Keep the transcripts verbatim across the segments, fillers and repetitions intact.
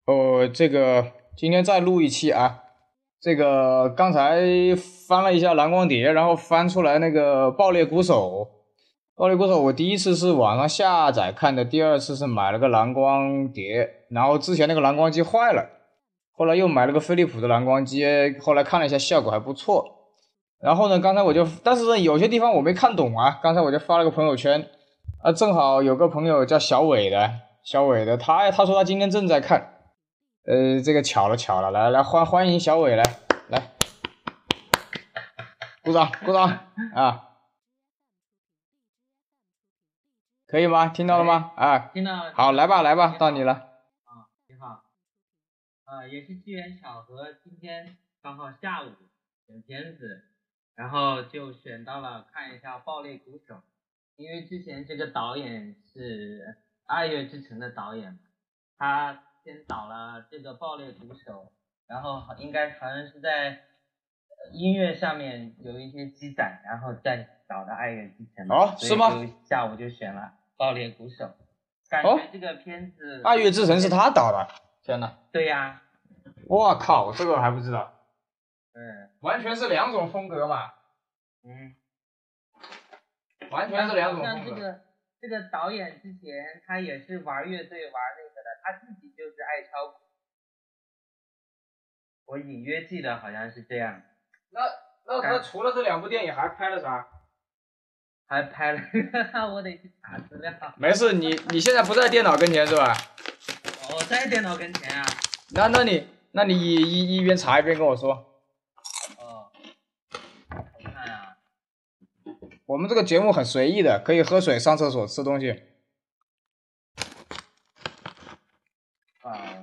哦，这个今天再录一期啊。这个刚才翻了一下蓝光碟，然后翻出来那个爆裂鼓手。爆裂鼓手我第一次是网上下载看的，第二次是买了个蓝光碟，然后之前那个蓝光机坏了，后来又买了个飞利浦的蓝光机，后来看了一下效果还不错。然后呢，刚才我就，但是呢有些地方我没看懂啊，刚才我就发了个朋友圈啊，正好有个朋友叫小伟的，小伟的他他说他今天正在看。呃，这个巧了巧了，来来欢欢迎小伟来来，鼓掌鼓掌啊，可以吗？听到了吗？啊， 听到。 好，来吧来吧，到你了。 啊，你好。呃，也是机缘巧合，今天刚好下午选片子，然后就选到了看一下《爆裂鼓手》，因为之前这个导演是《爱乐之城》的导演，他先导了这个《爆裂鼓手》，然后应该好像是在音乐上面有一些积攒，然后再导的《爱乐之城》。 哦，是吗？ 所以就下午就选了《爆裂鼓手》，感觉这个片子。 哦，《爱乐之城》是他导的。天哪！ 对呀。 我靠，这个我还不知道。 嗯， 完全是两种风格嘛。 嗯， 完全是两种风格。 像这个这个导演之前他也是玩乐队玩那个的，他自己就是爱敲鼓。我隐约记得好像是这样。 那那他除了这两部电影还拍了啥？ 还拍了，我得去查资料。 没事，你你现在不在电脑跟前是吧？ 我在电脑跟前啊。 那那你那你一一一边查一边跟我说。 哦，我看啊。 我们这个节目很随意的，可以喝水、上厕所、吃东西。 啊。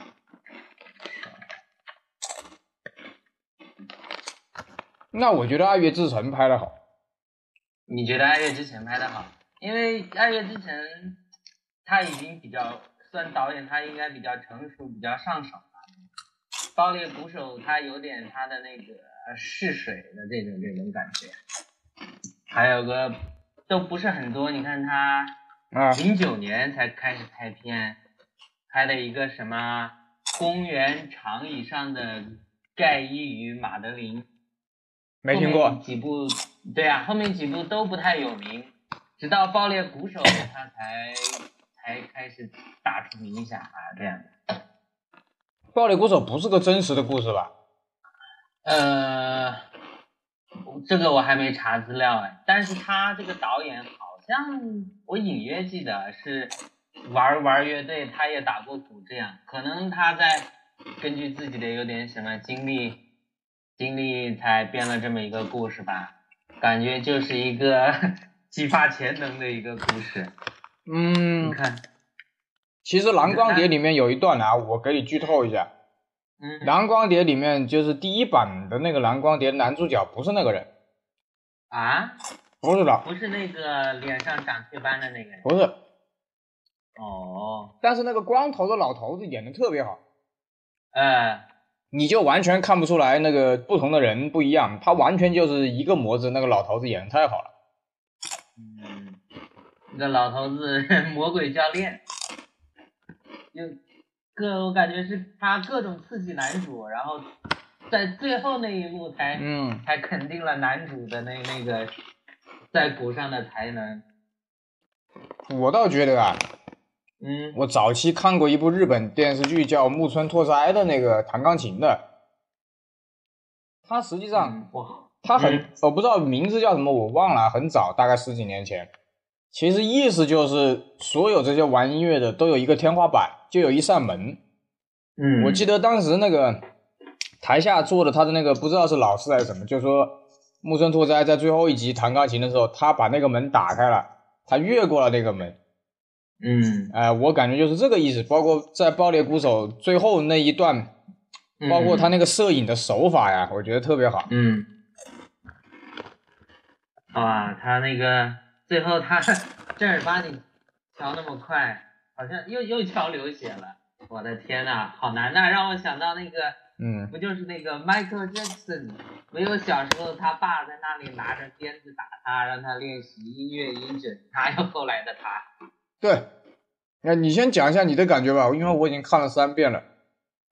那我觉得《爱乐之城》拍得好。 你觉得《爱乐之城》拍得好？因为《爱乐之城》他已经比较算导演，他应该比较成熟，比较上手了。爆裂鼓手他有点他的那个试水的这种这种感觉。还有个都不是很多，你看他零九年才开始拍片，拍了一个什么公园长椅上的盖伊与马德琳。 没听过。 几部，对啊，后面几部都不太有名，直到爆裂鼓手他才才开始打出名响啊，这样的。 爆裂鼓手不是个真实的故事吧？ 呃，这个我还没查资料哎，但是他这个导演好像我隐约记得是玩玩乐队，他也打过鼓，这样可能他在根据自己的有点什么经历。经历才编了这么一个故事吧，感觉就是一个激发潜能的一个故事。 嗯， 你看， 其实蓝光碟里面有一段啊，我给你剧透一下。 嗯， 蓝光碟里面就是第一版的那个蓝光碟，男主角不是那个人。 啊？ 不是的。 不是那个脸上长雀斑的那个人。 不是。 哦。 但是那个光头的老头子演的特别好。 呃。 你就完全看不出来那个不同的人不一样，他完全就是一个模子，那个老头子演的太好了。 嗯，那个老头子魔鬼教练，就各我感觉是他各种刺激男主，然后在最后那一幕才嗯才肯定了男主的那那个在鼓上的才能。 我倒觉得啊。 嗯， 我早期看过一部日本电视剧叫木村拓哉的那个弹钢琴的，他实际上， 哇， 他很，我不知道名字叫什么，我忘了，很早，大概十几年前。其实意思就是所有这些玩音乐的都有一个天花板，就有一扇门。 嗯， 我记得当时那个台下坐的他的那个不知道是老师还是什么，就说木村拓哉在最后一集弹钢琴的时候，他把那个门打开了，他越过了那个门。 嗯， 哎、呃，我感觉就是这个意思，包括在爆裂鼓手最后那一段，包括他那个摄影的手法呀，我觉得特别好。 嗯，哇，他那个最后他正儿八经敲那么快，好像又又敲流血了，我的天呐，好难呐，让我想到那个， 嗯， 不就是那个 Michael Jackson， 没有小时候他爸在那里拿着鞭子打他，让他练习音乐音准，哪有后来的他？ 对，那你先讲一下你的感觉吧，因为我已经看了三遍了。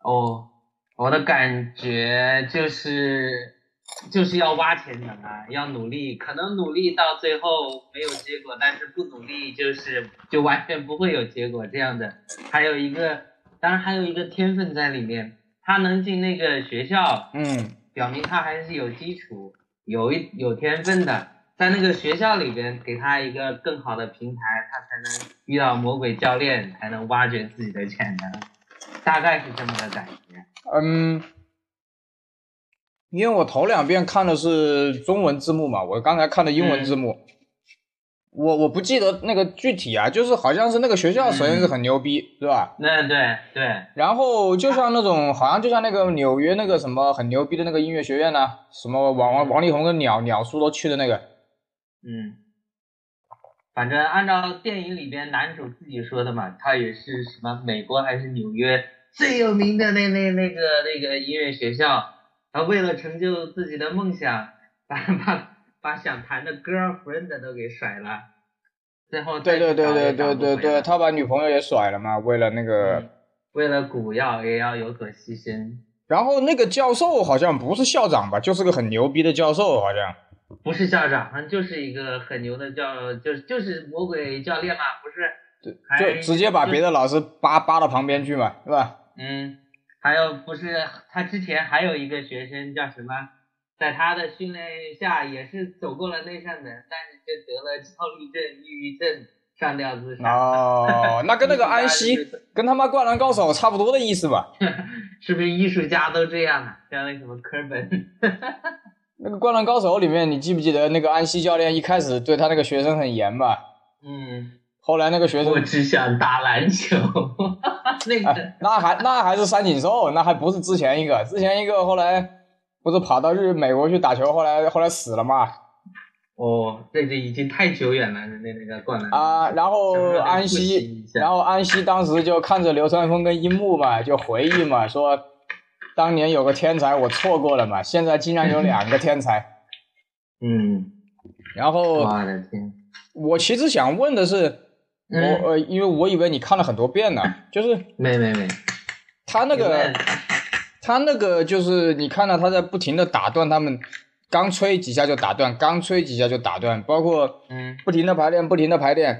哦，我的感觉就是就是要挖潜能啊，要努力，可能努力到最后没有结果，但是不努力就是就完全不会有结果这样的。还有一个，当然还有一个天分在里面，他能进那个学校， 嗯， 表明他还是有基础、有一有天分的。在那个学校里边给他一个更好的平台，他才能遇到魔鬼教练，才能挖掘自己的潜能，大概是这么个感觉。 嗯，因为我头两遍看的是中文字幕嘛，我刚才看的英文字幕，嗯、我我不记得那个具体啊，就是好像是那个学校首先是很牛逼， 嗯、 是吧？ 对对对。 然后就像那种，好像就像那个纽约那个什么很牛逼的那个音乐学院呢、啊，什么王王王力宏跟鸟鸟叔都去的那个。 嗯，反正按照电影里边男主自己说的嘛，他也是什么美国还是纽约最有名的那那那个那个音乐学校，他为了成就自己的梦想，把把把想谈的 girlfriend 都给甩了，最后对对对对对对对，他把女朋友也甩了嘛，为了那个、 嗯、为了股要也要有所牺牲。 然后那个教授好像不是校长吧，就是个很牛逼的教授，好像。 不是校长，就是一个很牛的教，就是就是魔鬼教练嘛，不是？ 对，就直接把别的老师扒扒到旁边去嘛，是吧？ 嗯，还有不是他之前还有一个学生叫什么，在他的训练下也是走过了那扇门，但是就得了焦虑症、抑郁症，上吊自杀。 哦，那跟那个安西，跟他妈灌篮高手差不多的意思吧？ 是不是艺术家都这样啊？像那什么科本。 那个《灌篮高手》里面，你记不记得那个安西教练一开始对他那个学生很严吧？ 嗯。 后来那个学生， 我只想打篮球。那个、 哎，那还那还是三井寿，那还不是之前一个，之前一个后来不是跑到日美国去打球，后来后来死了嘛？ 哦，这个已经太久远了，那那个灌篮啊，然后安西，然后安西当时就看着流川枫跟樱木嘛，就回忆嘛，说。当年有个天才我错过了嘛，现在竟然有两个天才。 嗯， 然后我的天， 我其实想问的是， 嗯、 我呃，因为我以为你看了很多遍呢，就是没没没， 他那个他那个就是你看到他在不停的打断他们，刚吹几下就打断，刚吹几下就打断，包括嗯不停的排练，不停的排练，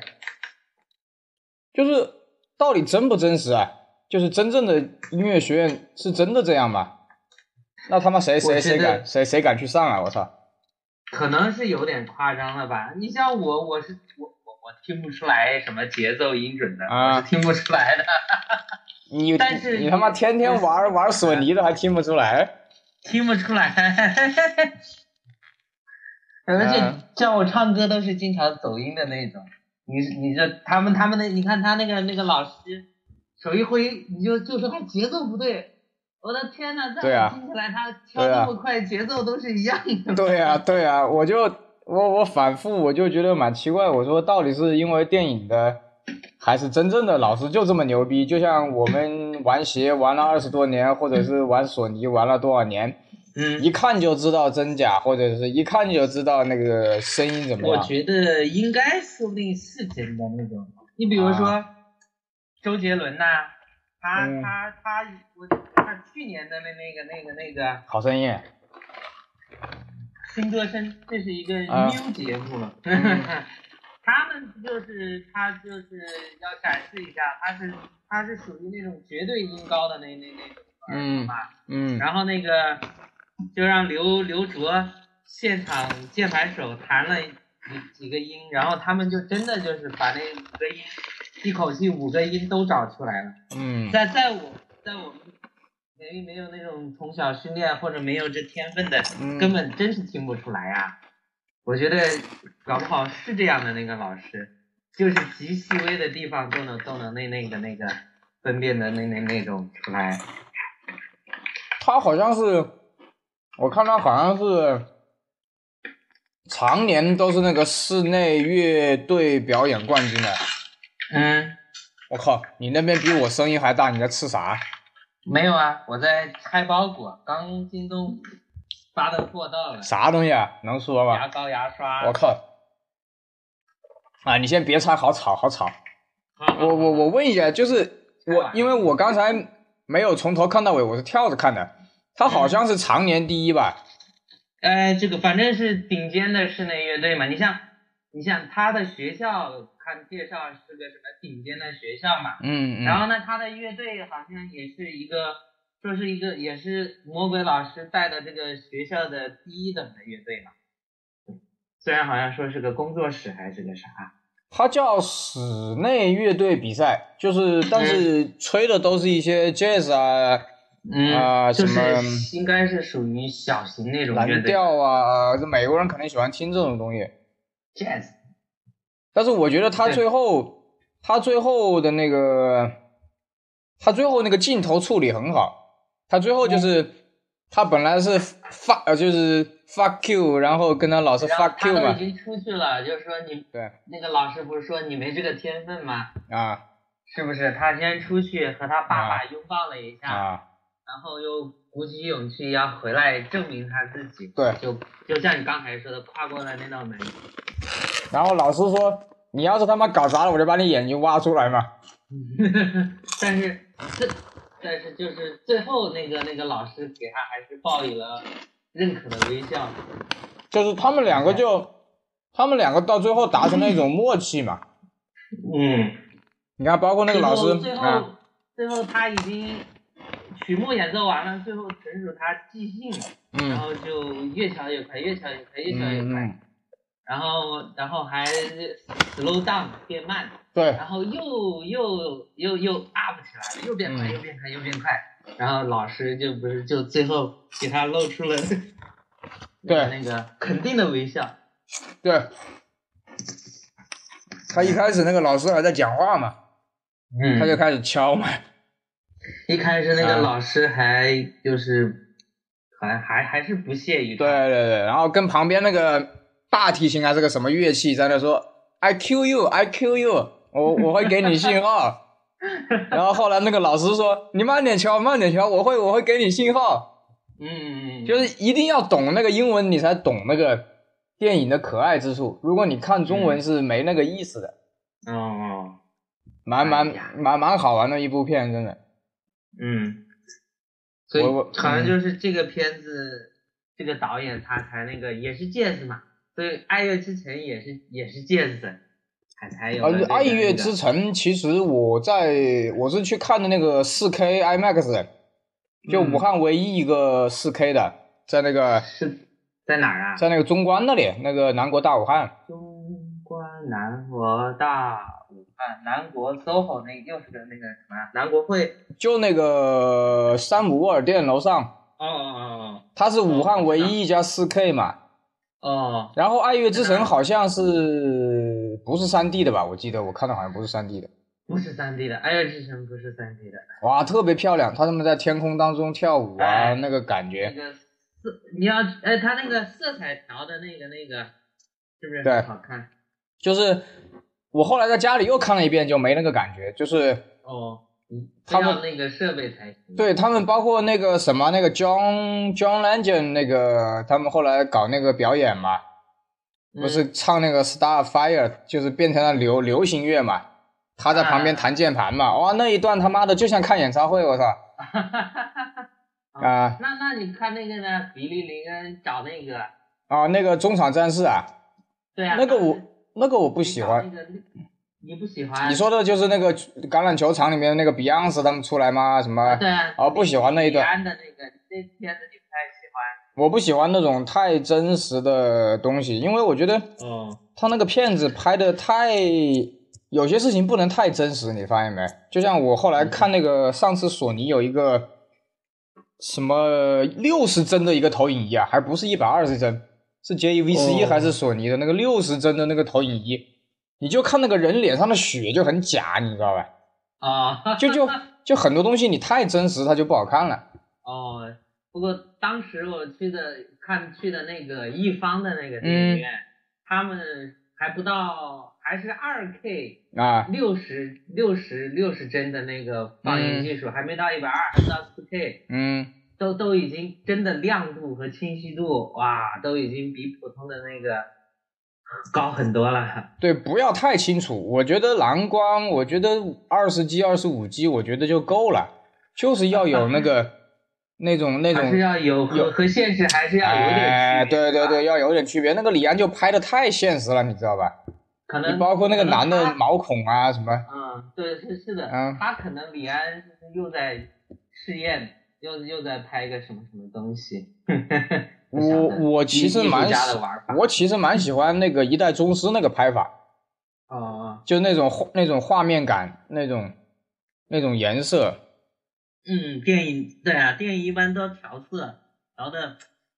就是到底真不真实啊？就是真正的音乐学院是真的这样吗？那他妈谁谁谁敢谁谁敢去上啊！我操！ 可能是有点夸张了吧？你像我，我是我我我听不出来什么节奏音准的，啊、我是听不出来的。 你但是你他妈天天玩玩索尼的还听不出来？ 听不出来。而且像我唱歌都是经常走音的那种。你你这他们他们那你看他那个那个老师。手一挥，你就就说他节奏不对，我的天哪！在我听起来他跳那么快，啊、节奏都是一样的。 对呀、啊、对呀、啊，我就我我反复我就觉得蛮奇怪，我说到底是因为电影的，还是真正的老师就这么牛逼？就像我们玩鞋玩了二十多年，或者是玩索尼玩了多少年， 嗯， 一看就知道真假，或者是一看就知道那个声音怎么样。 我觉得应该说不定是真的那种。你比如说。啊周杰伦呐、啊，他、嗯、他他我他去年的那那个那个那个好声音， 新歌声，这是一个 new 节目，啊嗯、他们就是他就是要展示一下，他是他是属于那种绝对音高的那那那种嗯嘛， 嗯， 然后那个就让刘刘卓现场键盘手弹了几几个音，然后他们就真的就是把那五个音。一口气五个音都找出来了。 嗯， 在在我在我们没没有那种从小训练或者没有这天分的， 嗯、 根本真是听不出来啊。我觉得搞不好是这样的那个老师，就是极细微的地方都能都能那那个那个分辨的那那那种出来。 他好像是，我看他好像是常年都是那个室内乐队表演冠军的。 嗯， 我靠，你那边比我声音还大，你在吃啥？ 没有啊，我在拆包裹，刚京东发的货到了。 啥东西啊？能说吗？ 牙膏、牙刷。 我靠！啊，你先别拆，好吵，好吵。 好好好我我我问一下，就是我，因为我刚才没有从头看到尾，我是跳着看的。他好像是常年第一吧？ 呃，这个反正是顶尖的室内乐队嘛。你像你像他的学校，看介绍是个什么顶尖的学校嘛。 嗯嗯。 然后呢，他的乐队好像也是一个，说是一个也是魔鬼老师带的这个学校的第一等的乐队嘛。虽然好像说是个工作室还是个啥。 它叫室内乐队比赛，就是但是吹的都是一些 jazz 啊， 嗯啊、 就什么是应该是属于小型那种乐队蓝调啊，这美国人肯定喜欢听这种东西。 jazz。 但是我觉得他最后，他最后的那个，他最后那个镜头处理很好。他最后就是，嗯、他本来是 fuck 呃就是 fuck you， 然后跟他老师 fuck you 嘛。 他都已经出去了，就是说你对那个老师不是说你没这个天分吗？ 啊， 是不是？他先出去和他爸爸拥抱了一下， 啊、 然后又鼓起勇气要回来证明他自己。 对， 就就像你刚才说的，跨过了那道门。 然后老师说：“你要是他妈搞砸了，我就把你眼睛挖出来嘛。” 但是这，但是就是最后那个那个老师给他还是报以了认可的微笑。 就是他们两个就，他们两个到最后达成了一种默契嘛。 嗯。 你看，包括那个老师， 最后、 啊、 最后他已经曲目演奏完了，最后纯属他即兴， 嗯、 然后就越调越快，越调越快，越调越快。 嗯然后，然后还 slow down 变慢， 对， 然后又又又又 up 起来了，又变快， 嗯、 又变快，又变快。然后老师就不是就最后给他露出了对那个肯定的微笑。 对，他一开始那个老师还在讲话嘛， 嗯， 他就开始敲嘛。 一开始那个老师还就是还还还是不屑于他。 对对对，然后跟旁边那个。大提琴还是个什么乐器，在那说 I kill you, I kill you， 我我会给你信号。然后后来那个老师说你慢点敲，慢点敲，我会我会给你信号。 嗯， 就是一定要懂那个英文，你才懂那个电影的可爱之处。如果你看中文是没那个意思的。 哦哦， 蛮蛮蛮蛮好玩的一部片，真的。 嗯，所以好像就是这个片子，嗯、这个导演他才那个也是戒指嘛。所以《爱乐之城》也是也是戒指，才才有、这个。 呃，《爱乐之城》其实我在我是去看的那个 四 K IMAX， 就武汉唯一一个 四 K 的，在那个是在哪儿啊？ 在那个中关那里，那个南国大武汉。 中关南国大武汉，南国 S O H O 那又是个那个什么南国汇， 就那个山姆沃尔店楼上。 哦哦哦哦。 它是武汉唯一一家 四 K 嘛。 哦， 然后爱乐之城好像是不是 三 D 的吧？我记得我看到好像不是 三 D 的， 不是 三 D 的，爱乐之城不是 三 D 的。 哇，特别漂亮，他们在天空当中跳舞啊，哎、那个感觉。 那个色，你要哎，他那个色彩调的那个那个，是不是很好看？ 就是我后来在家里又看了一遍，就没那个感觉，就是哦。 他们那个设备才行。 对他们包括那个什么那个 John John Legend 那个他们后来搞那个表演嘛， 嗯、 不是唱那个 Starfire， 就是变成了流流行乐嘛，他在旁边弹键盘嘛，啊、哇那一段他妈的就像看演唱会，我操！ 啊，那那你看那个呢？比利林恩找那个啊，那个中场战士啊， 对啊， 那个我那个我不喜欢。 那个你不喜欢？ 你说的就是那个橄榄球场里面那个 Beyonce 他们出来吗？什么？ 对啊。 哦，不喜欢那一段。 的那个那片子你不太喜欢。我不喜欢那种太真实的东西，因为我觉得， 哦， 他那个片子拍的太，有些事情不能太真实，你发现没？就像我后来看那个，上次索尼有一个什么六十帧的一个投影仪啊，还不是一百二十帧，是 J E V C 还是索尼的那个六十帧的那个投影仪。你就看那个人脸上的血就很假，你知道吧？ 啊， 就就就很多东西你太真实，它就不好看了。 哦，不过当时我去的看去的那个一方的那个电影院，嗯、他们还不到，还是二 K 啊， 六十六十六十帧的那个放映技术，嗯、还没到一百二，还不到四 K， 嗯， 都都已经真的亮度和清晰度，哇，都已经比普通的那个。高很多了， 对，不要太清楚。我觉得蓝光，我觉得二十 G、二十五 G， 我觉得就够了。 就是要有那个那种那种， 还是要有和和现实还是要有点区别。 哎，对对对，要有点区别。那个李安就拍的太现实了，你知道吧？ 可能你包括那个男的毛孔啊什么。 嗯，对，是是的， 嗯， 他可能李安又在试验，又又在拍一个什么什么东西。 我我其实蛮喜，我其实蛮喜欢那个一代宗师那个拍法。 哦， 就那种那种画面感，那种那种颜色。 嗯，电影对啊，电影一般都调色，调的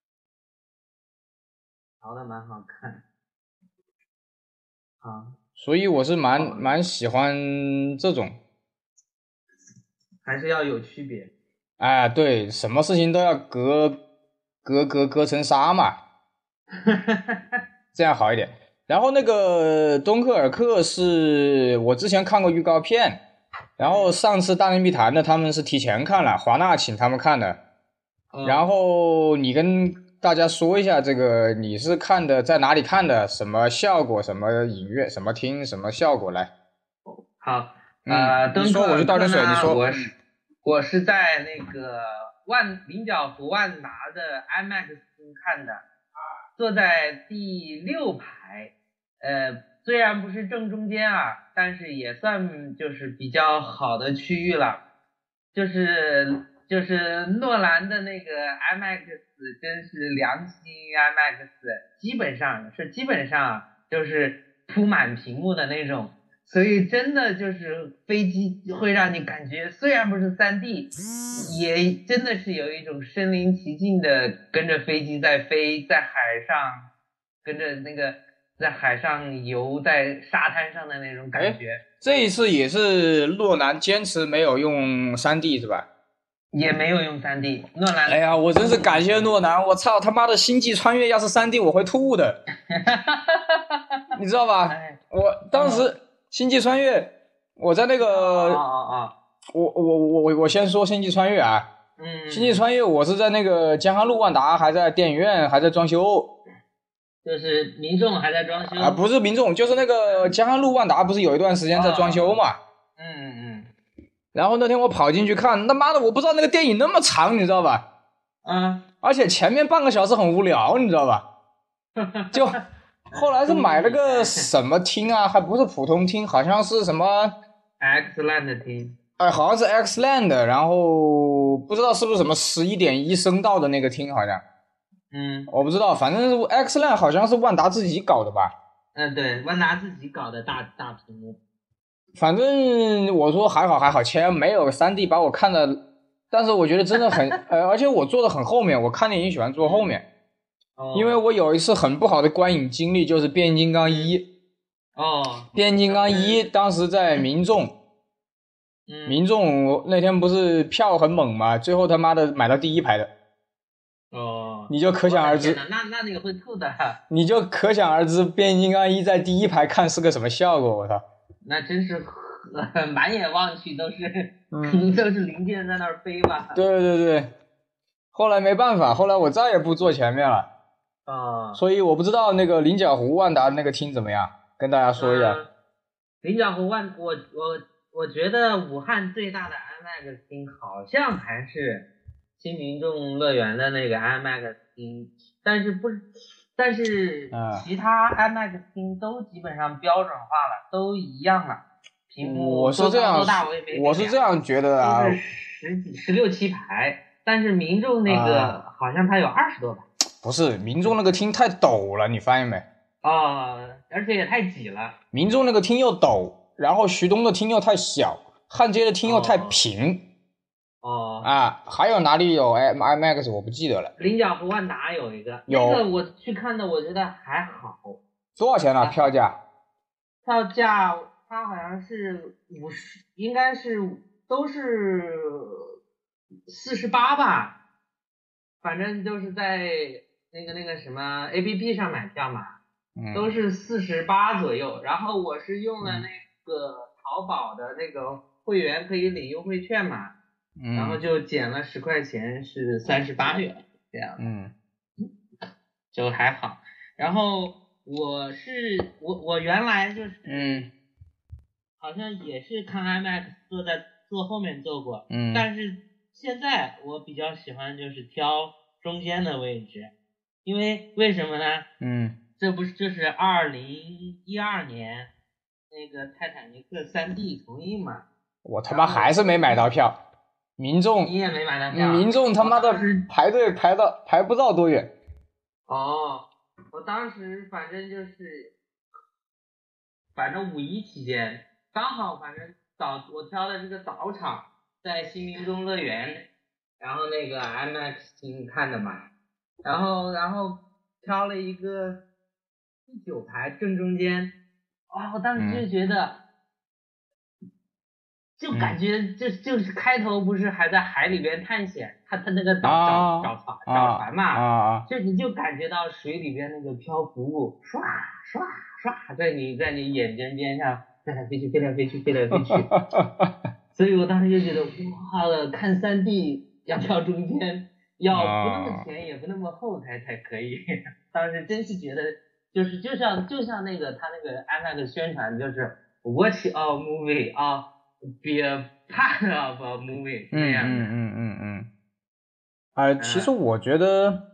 调的蛮好看。啊， 所以我是蛮蛮喜欢这种， 还是要有区别。 哎，对，什么事情都要隔隔隔隔层纱嘛，这样好一点。然后那个敦刻尔克是我之前看过预告片，然后上次大内密谈的他们是提前看了，华纳请他们看的。 嗯、 然后你跟大家说一下，这个你是看的在哪里看的，什么效果，什么音乐，什么听，什么效果来？ 好， 呃， 嗯， 你说我就倒点水，你说。 我是我是在那个万菱角湖万达的 IMAX 厅看的，坐在第六排，呃，虽然不是正中间啊，但是也算就是比较好的区域了，就是就是诺兰的那个 IMAX 真是良心 IMAX， 基本上是基本上就是铺满屏幕的那种。所以真的就是飞机会让你感觉，虽然不是 三 D， 也真的是有一种身临其境的跟着飞机在飞，在海上跟着那个在海上游，在沙滩上的那种感觉。 这一次也是诺兰坚持没有用 三 D 是吧？ 也没有用 三 D， 诺兰。 哎呀，我真是感谢诺兰！我操他妈的，星际穿越要是 三 D 我会吐的，你知道吧？ 哎、 我当时。嗯星际穿越，我在那个， 哦哦哦， 我我我我我先说星际穿越啊， 嗯， 星际穿越我是在那个江汉路万达，还在电影院，还在装修， 就是民众还在装修啊，不是民众，就是那个江汉路万达不是有一段时间在装修嘛， 嗯嗯嗯， 然后那天我跑进去看，他妈的我不知道那个电影那么长，你知道吧？ 嗯， 而且前面半个小时很无聊，你知道吧？就。后来是买了个什么厅啊，还不是普通厅，好像是什么 Xland 厅， 哎，好像是 Xland， 然后不知道是不是什么十一点一声道的那个厅，好像， 嗯， 我不知道，反正 Xland 好像是万达自己搞的吧？ 嗯，对，万达自己搞的大大屏幕。 反正我说还好还好，前没有 三 D 把我看的，但是我觉得真的很，呃，而且我坐的很后面，我看电影喜欢坐后面。 哦、 因为我有一次很不好的观影经历，就是变形金刚一。 哦， 变形金刚一当时在民众， 嗯， 民众那天不是票很猛嘛，最后他妈的买到第一排的。 哦， 你就可想而知， 那那你会吐的。 你就可想而知变形金刚一在第一排看是个什么效果，我操！ 那真是满眼望去都是，嗯，都是零件在那儿飞吧。 对对对，后来没办法，后来我再也不坐前面了。 啊、 所以我不知道那个菱角湖万达那个厅怎么样，跟大家说一下。 呃、菱角湖万，我我我觉得武汉最大的 IMAX 厅好像还是新民众乐园的那个 IMAX 厅，但是不是，但是其他 IMAX 厅都基本上标准化了，都一样了。屏幕我是这样， 多大我也没我是这样觉得啊， 都是十几、十六七排，但是民众那个、啊、好像它有二十多排。 不是，民众那个厅太陡了，你发现没？ 啊、哦，而且也太挤了。 民众那个厅又陡，然后徐东的厅又太小，汉街的厅又太平。 哦。 啊，还有哪里有 IMAX 我不记得了。 菱角湖万达有一个， 有那个我去看的，我觉得还好。 多少钱啊？票价？ 票价它好像是五十，应该是都是四十八吧，反正就是在那个那个什么 A P P 上买票嘛，嗯、都是四十八左右。然后我是用了那个淘宝的那个会员，可以领优惠券嘛，嗯、然后就减了十块钱，是三十八元这样。嗯，就还好。然后我是我我原来就是嗯，好像也是看 IMAX 坐在。 坐后面坐过， 嗯， 但是现在我比较喜欢就是挑中间的位置，因为为什么呢？ 嗯， 这不是就是二零一二年那个泰坦尼克 三 D 重映嘛？ 我他妈还是没买到票，民众你也没买到票， 民众他妈的是排队排到排不知道多远。 哦，我当时反正就是，反正五一期间刚好反正早我挑的这个早场在新民宫乐园，然后那个 IMAX 厅看的嘛，然后然后挑了一个第九排正中间，哇、哦，我当时就觉得。嗯就感觉就就是开头不是还在海里边探险，他他那个找、啊、找找船找船嘛， 啊、 就你就感觉到水里边那个漂浮物唰唰唰在你在你眼睛边上飞来飞去飞来飞去飞来飞去，所以我当时就觉得哇了，看 三 D 要挑中间，要不那么前也不那么后台才可以，当时真是觉得就是就像就像那个他那个 IMAX 宣传就是 watch a movie 啊。Be a part of a movie， 嗯嗯嗯嗯嗯，哎，其实我觉得，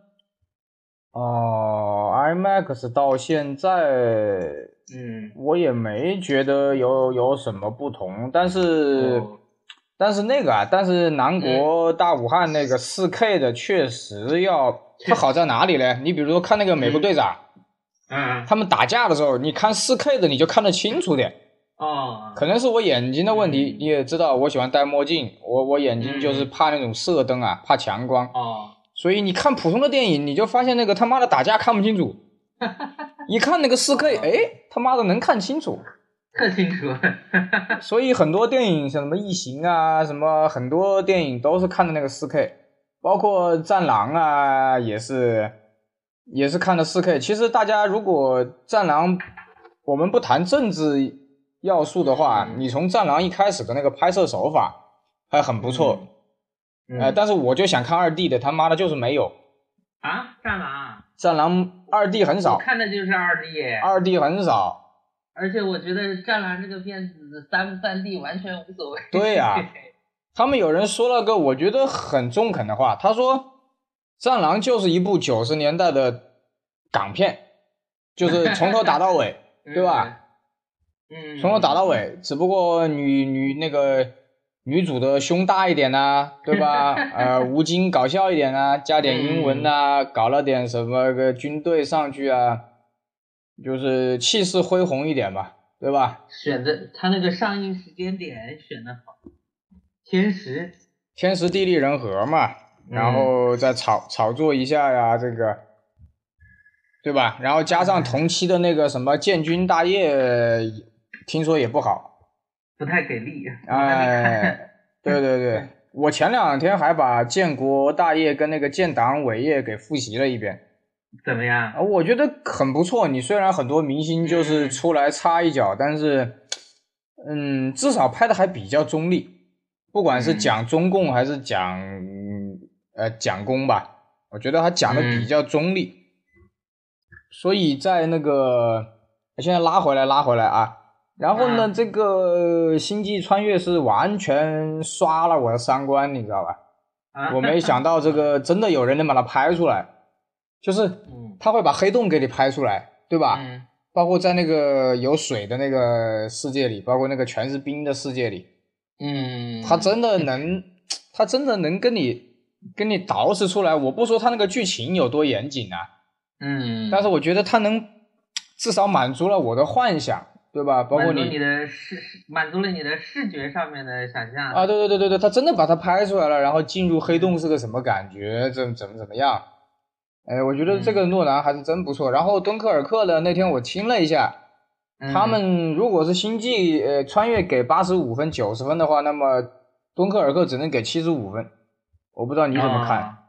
哦、呃、，IMAX 到现在， 嗯， 我也没觉得有有什么不同，但是， 哦、 但是那个啊，但是南国大武汉那个 四 K 的确实要，它好在哪里呢？你比如说看那个美国队长， 嗯， 他们打架的时候，你看 四 K 的你就看得清楚点。 哦， 可能是我眼睛的问题， 嗯、 你也知道，我喜欢戴墨镜，我我眼睛就是怕那种射灯啊，怕强光， 哦， 所以你看普通的电影，你就发现那个他妈的打架看不清楚，一看那个 四 K， 哎，他妈的能看清楚， 特清楚。 所以很多电影像什么异形啊，什么很多电影都是看的那个 四 K， 包括战狼啊，也是也是看的 四 K。其实大家如果战狼，我们不谈政治要素的话， 嗯、 你从战狼一开始的那个拍摄手法还很不错， 嗯嗯、 呃，但是我就想看二 D 的，他妈的就是没有啊，战狼， 战狼二 D 很少， 我看的就是二 D， 二 D 很少， 而且我觉得战狼这个片子三不三 D 完全无所谓。 对呀、啊，他们有人说了个我觉得很中肯的话，他说战狼就是一部九十年代的港片，就是从头打到尾，对吧？ 嗯， 从头打到尾，只不过女女那个女主的胸大一点呐、啊，对吧？呃，吴京搞笑一点啊，加点英文呐、啊，搞了点什么个军队上去啊，就是气势恢宏一点吧，对吧？ 选的他那个上映时间点选的好，天时天时地利人和嘛，然后再炒、嗯、炒作一下呀，这个，对吧？然后加上同期的那个什么建军大业。听说也不好， 不太给力。 哎，对对对，我前两天还把建国大业跟那个建党伟业给复习了一遍。 怎么样？ 我觉得很不错。你虽然很多明星就是出来插一脚，嗯、但是，嗯，至少拍的还比较中立，不管是讲中共还是讲、嗯、呃讲公吧，我觉得他讲的比较中立。嗯、所以在那个现在拉回来拉回来啊。然后呢，啊、这个星际穿越是完全刷了我的三观，你知道吧？啊、我没想到这个真的有人能把它拍出来，就是他会把黑洞给你拍出来，对吧？嗯、包括在那个有水的那个世界里，包括那个全是冰的世界里，嗯，他真的能，他真的能跟你跟你捯饬出来。我不说他那个剧情有多严谨啊，嗯，但是我觉得他能至少满足了我的幻想。对吧？包括你， 满足你的视满足了你的视觉上面的想象啊！对对对对对，他真的把它拍出来了，然后进入黑洞是个什么感觉？怎怎么怎么样？哎，我觉得这个诺兰还是真不错。嗯、然后敦刻尔克的那天我听了一下，嗯、他们如果是星际呃穿越给八十五分、九十分的话，那么敦刻尔克只能给七十五分。我不知道你怎么看？ 哦、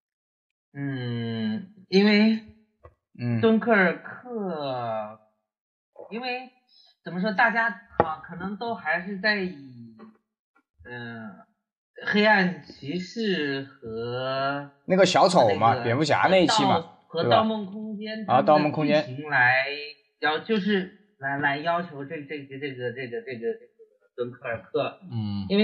嗯，因为嗯，敦刻尔克，因为。怎么说？大家啊，可能都还是在以，嗯、呃，黑暗骑士和那个小丑嘛，那个、蝙蝠侠那一期嘛， 和盗梦空间啊，盗梦空间来要就是来来要求这这个这个这个这个这个敦刻尔克，嗯，因为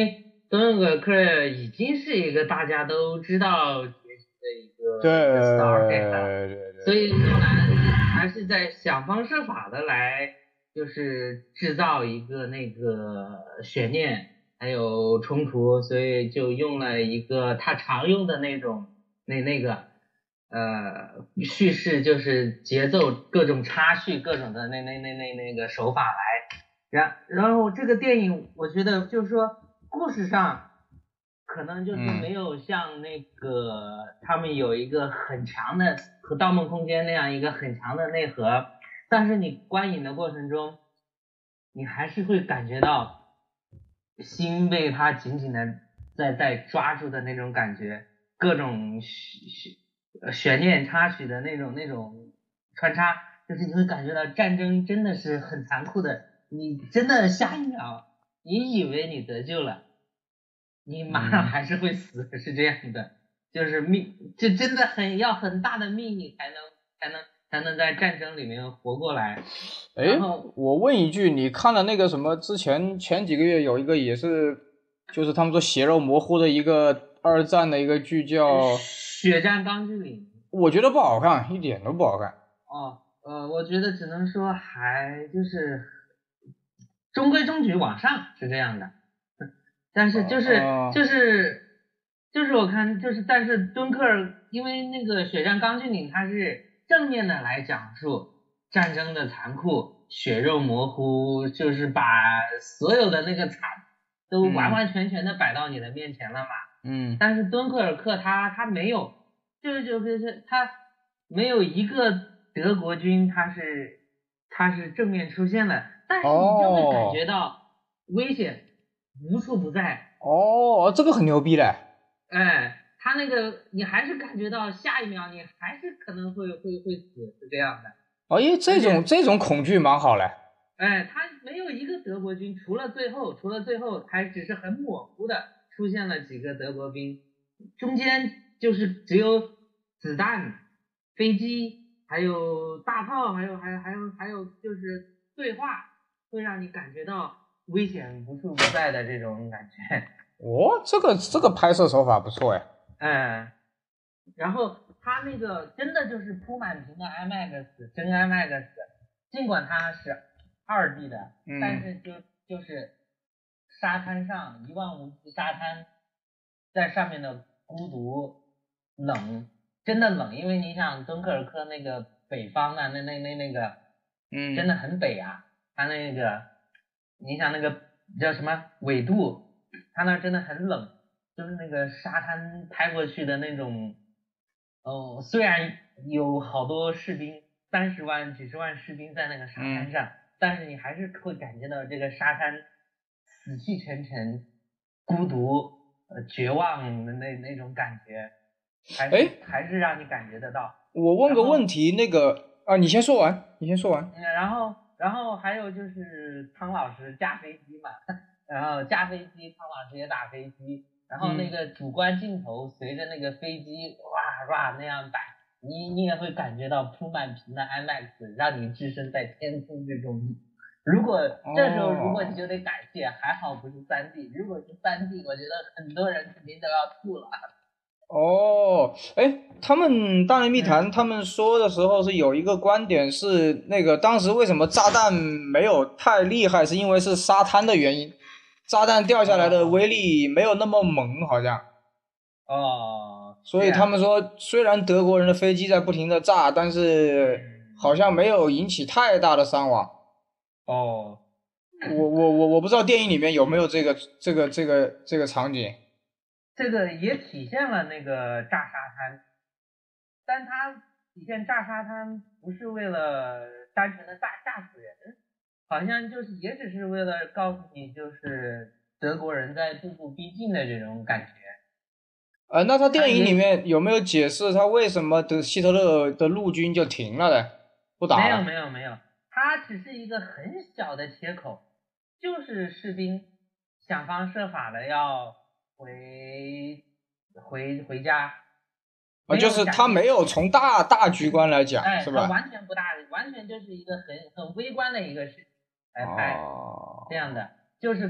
敦刻尔克已经是一个大家都知道结局的一个对 story 了， 对对， 所以诺兰还是在想方设法的来就是制造一个那个悬念还有冲突，所以就用了一个他常用的那种那那个呃叙事，就是节奏各种插叙各种的那那那那那个手法来，然然后这个电影我觉得就是说故事上可能就是没有像那个、嗯、他们有一个很强的和《盗梦空间》那样一个很强的内核，但是你观影的过程中你还是会感觉到心被他紧紧的在在抓住的那种感觉，各种悬念插曲的那种那种穿插，就是你会感觉到战争真的是很残酷的，你真的下一秒你以为你得救了，你马上还是会死，嗯、是这样的，就是命，这真的很要很大的命你才能才能才能在战争里面活过来。 哎，我问一句，你看了那个什么？之前前几个月有一个也是，就是他们说血肉模糊的一个二战的一个剧叫《 血战钢锯岭》， 我觉得不好看，一点都不好看。 哦，呃，我觉得只能说还就是中规中矩往上是这样的，但是就是、呃、就是就是我看就是但是敦刻尔，因为那个血战钢锯岭它是正面的来讲述战争的残酷，血肉模糊，就是把所有的那个惨都完完全全的摆到你的面前了嘛。 嗯。 但是敦刻尔克他他没有，就是就是他没有一个德国军他是他是正面出现的，但是你就会感觉到危险无处不在。 哦，这个很牛逼嘞。 哎，他那个你还是感觉到下一秒你还是可能会会会死，是这样的。 哦，因为这种这种恐惧蛮好嘞。 哎，他没有一个德国军，除了最后，除了最后还只是很模糊的出现了几个德国兵，中间就是只有子弹、飞机，还有大炮，还有还有还有还有就是对话，会让你感觉到危险无处不在的这种感觉。 哦，这个这个拍摄手法不错哎。 嗯，然后他那个真的就是铺满屏的 IMAX， 真 IMAX， 尽管它是二 D 的， 嗯、 但是就就是沙滩上一望无际沙滩，在上面的孤独冷，真的冷，因为你想敦刻尔克那个北方的那那那那个， 嗯， 真的很北啊，他那个你想那个叫什么纬度。他那真的很冷，就是那个沙滩拍过去的那种，哦，虽然有好多士兵，三十万、几十万士兵在那个沙滩上，嗯、但是你还是会感觉到这个沙滩死气沉沉、孤独、呃绝望的那那种感觉，还是还是让你感觉得到。 我问个问题，那个啊，你先说完，你先说完。 嗯，然后然后还有就是汤老师驾飞机嘛。然后驾飞机，汤老师也打飞机，然后那个主观镜头随着那个飞机哇哇那样摆，你你也会感觉到铺满屏的 IMAX， 让你置身在天空之中。如果这时候如果你就得感谢，还好不是 三 D， 如果是 三 D， 我觉得很多人肯定都要吐了。 哦，哎，他们大内密谈他们说的时候是有一个观点是那个当时为什么炸弹没有太厉害，是因为是沙滩的原因。炸弹掉下来的威力没有那么猛，好像。 哦。 所以他们说，虽然德国人的飞机在不停的炸，但是好像没有引起太大的伤亡。 哦。 我我我我不知道电影里面有没有这个这个这个这个场景。 这个也体现了那个炸沙滩，但它体现炸沙滩不是为了单纯的炸炸死人。好像就是也只是为了告诉你，就是德国人在步步逼近的这种感觉。 呃，那他电影里面有没有解释他为什么的希特勒的陆军就停了呢？不打了？ 没有没有没有，它只是一个很小的切口，就是士兵想方设法的要回回回家。 啊，就是他没有从大大局观来讲， 哎、 是吧？ 完全不大，完全就是一个很很微观的一个事情来拍、哦、这样的，就是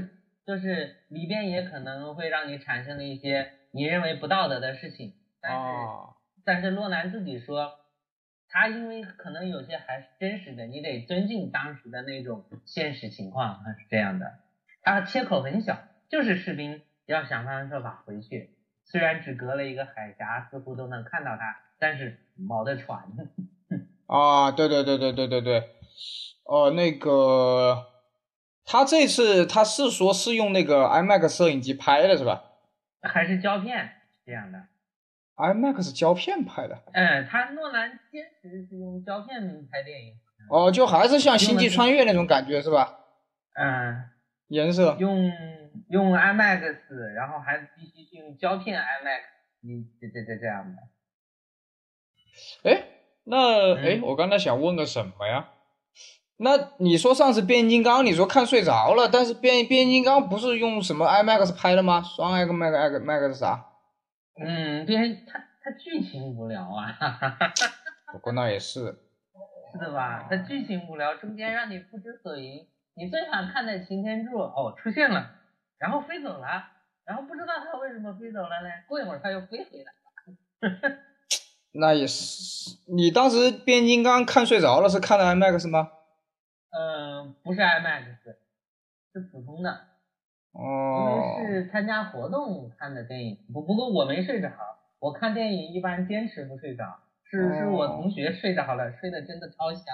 就是里边也可能会让你产生了一些你认为不道德的事情，但是、 哦、 但是洛南自己说，他因为可能有些还是真实的，你得尊敬当时的那种现实情况，是这样的。他切口很小，就是士兵要想方设法回去，虽然只隔了一个海峡，似乎都能看到他，但是锚的船。 啊，对对对对对对对，哦，那个他这次他是说是用那个 IMAX 摄影机拍的是吧？ 还是胶片这样的 ？IMAX 胶片拍的？ 嗯，他诺兰坚持是用胶片拍电影。 哦，就还是像《星际穿越》那种感觉是吧？ 嗯， 颜色用用 IMAX， 然后还必须是用胶片 IMAX， 你这这这这样的。 哎，那哎、 嗯， 我刚才想问个什么呀？那你说上次变形金刚，你说看睡着了，但是变变形金刚不是用什么 IMAX 拍的吗？双 IMAX IMAX 啥？ 嗯，变它它剧情无聊啊， 不过那也是， 是的吧？它剧情无聊，中间让你不知所云。你最想看的擎天柱哦出现了，然后飞走了，然后不知道他为什么飞走了呢？过一会儿他又飞回来了。 那也是。你当时变形金刚看睡着了，是看的 IMAX 吗？ 嗯，不是 IMAX， 是普通的。因为哦， 是参加活动看的电影，不不过我没睡着，我看电影一般坚持不睡着，是是我同学睡着了，睡得真的超香。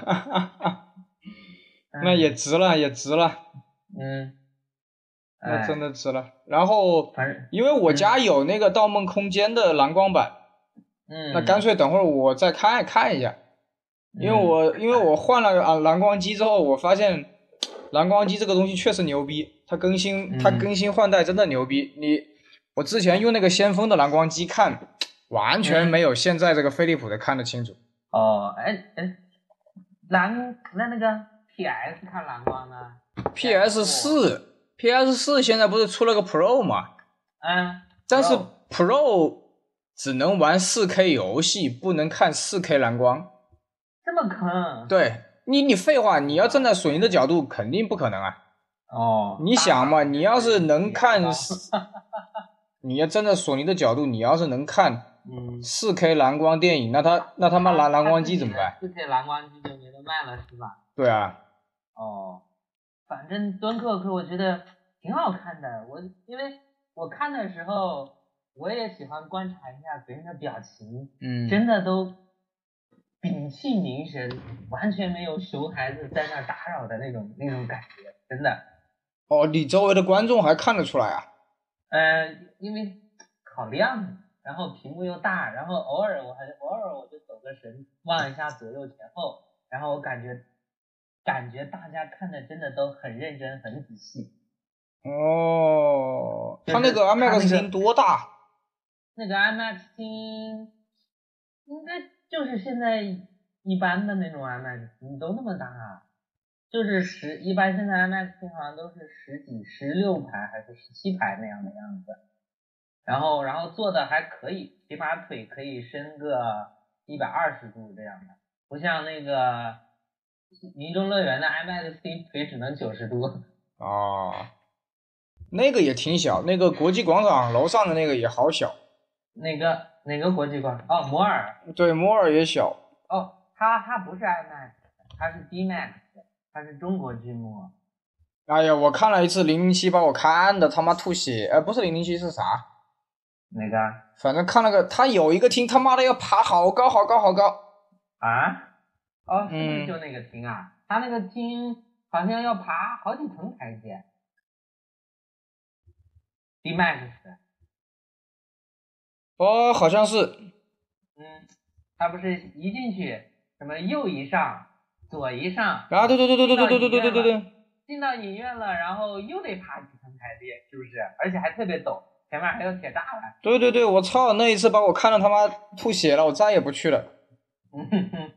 那也值了，也值了。 嗯， 那真的值了。然后反正因为我家有那个《盗梦空间》的蓝光版， 嗯， 那干脆等会儿我再看看一下。因为我、嗯、因为我换了啊蓝光机之后，我发现蓝光机这个东西确实牛逼，它更新它更新换代真的牛逼。你我之前用那个先锋的蓝光机看，完全没有现在这个飞利浦的看得清楚。 哦，哎哎，蓝那那个 P S 看蓝光呢 ？P S 四 P S 四现在不是出了个 Pro 吗？ 嗯， 但是 Pro 只能玩 四K 游戏，不能看 四K 蓝光。 这么坑？ 对你，你废话，你要站在索尼的角度，肯定不可能啊。 哦， 你想嘛，你要是能看，你要站在索尼的角度，你要是能看四 K 蓝光电影，那他那他妈蓝蓝光机怎么办？ 四 K 蓝光机就没得卖了是吧？ 对啊。 哦，反正敦刻尔克我觉得挺好看的，我因为我看的时候，我也喜欢观察一下别人的表情， 嗯， 真的都屏气凝神，完全没有熊孩子在那打扰的那种那种感觉，真的。 哦，你周围的观众还看得出来啊？ 呃，因为好亮，然后屏幕又大，然后偶尔我还偶尔我就走个神，望一下左右前后，然后我感觉感觉大家看的真的都很认真很仔细。 哦，他那个 IMAX 厅多大？ 那个 IMAX 厅应该就是现在一般的那种 IMAX 厅都那么大啊，就是十一般现在 IMAX 厅好像都是十几十六排还是十七排那样的样子，然后然后坐的还可以，起码腿可以伸个一百二十度这样的，不像那个民众乐园的 IMAX 厅腿只能九十度。 哦，那个也挺小，那个国际广场楼上的那个也好小。 哪个哪个国际广？哦，摩尔。 对，摩尔也小。 哦，它它不是 IMAX， 它是 D MAX， 它是中国剧目。 哎呀，我看了一次零零七，把我看的他妈吐血。呃，不是零零七是啥？ 哪个？ 反正看那个，他有一个厅，他妈的要爬好高好高好高。 啊？哦，是不是嗯， 就那个厅啊？他那个厅好像要爬好几层台阶。D MAX。 哦，好像是。 嗯，他不是一进去什么右一上，左一上。 啊，对对对对对对对对对对对对。 进到影院了，然后又得爬几层台阶，是不是？而且还特别陡，前面还有铁栅栏。 对对对，我操！那一次把我看得他妈吐血了，我再也不去了。 嗯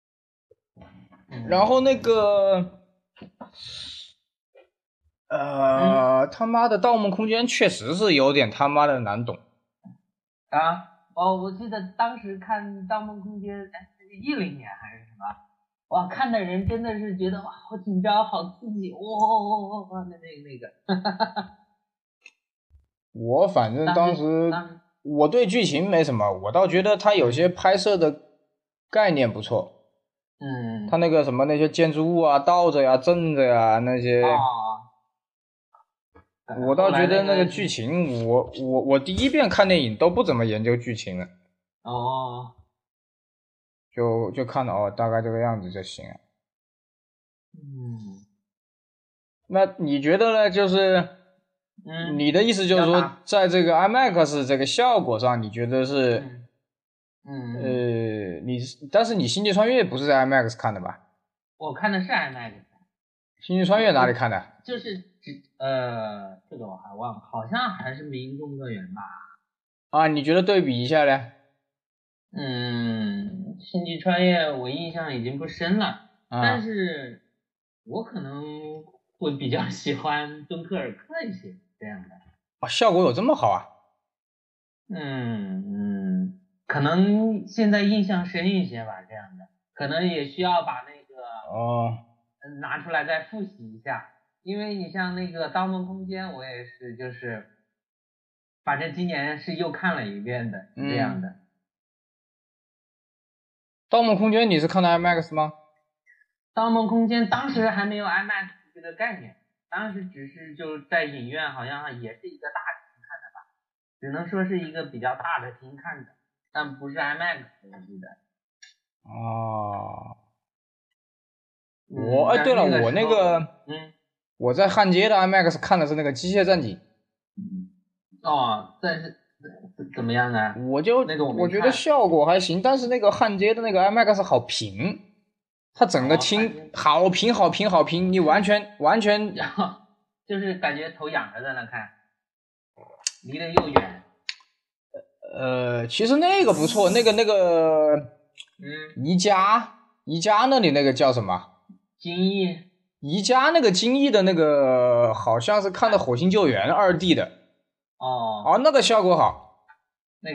然后那个，呃，他妈的《盗梦空间》确实是有点他妈的难懂。 啊，哦，我记得当时看《盗梦空间》，哎，是一零年还是什么？ 哇，看的人真的是觉得哇，好紧张，好刺激，哇哇哇，那那那个。 我反正当时我对剧情没什么，我倒觉得他有些拍摄的概念不错。 嗯， 他那个什么那些建筑物啊，倒着呀、正着呀那些。 哦。 我倒觉得那个剧情，我我我第一遍看电影都不怎么研究剧情了。 哦。 就就看到哦，大概这个样子就行了。 嗯。 那你觉得呢？就是， 嗯， 你的意思就是说，在这个 IMAX 这个效果上，你觉得是， 嗯，嗯呃，你但是你星际穿越不是在 IMAX 看的吧？ 我看的是 IMAX。 星际穿越哪里看的？ 就是只呃，这个我还忘了，好像还是民众乐园吧。 啊，你觉得对比一下呢？ 嗯，星际穿越我印象已经不深了， 啊、 但是我可能会比较喜欢敦刻尔克一些这样的。 啊，效果有这么好啊？ 嗯嗯，可能现在印象深一些吧，这样的，可能也需要把那个哦拿出来再复习一下，因为你像那个《盗梦空间》，我也是就是，反正今年是又看了一遍的、嗯、这样的。 盗梦空间你是看的 IMAX 吗？ 盗梦空间当时还没有 IMAX 这个概念，当时只是就在影院，好像也是一个大厅看的吧，只能说是一个比较大的厅看的，但不是 IMAX 我记得。 哦。 嗯、 我哎，对了，我那个， 嗯， 我在汉街的 IMAX 看的是那个《机械战警》。 哦，但是怎么样呢？ 我就那个 我, 我觉得效果还行，但是那个汉街的那个 IMAX 好平，它整个厅好平好平好平，你完全完全然后就是感觉头仰着在那看，离得又远。 呃，其实那个不错，那个那个， 嗯， 宜家宜家那里那个叫什么？ 金翼。 宜家那个金翼的那个好像是看的《火星救援》二 D 的。 哦。 哦，那个效果好。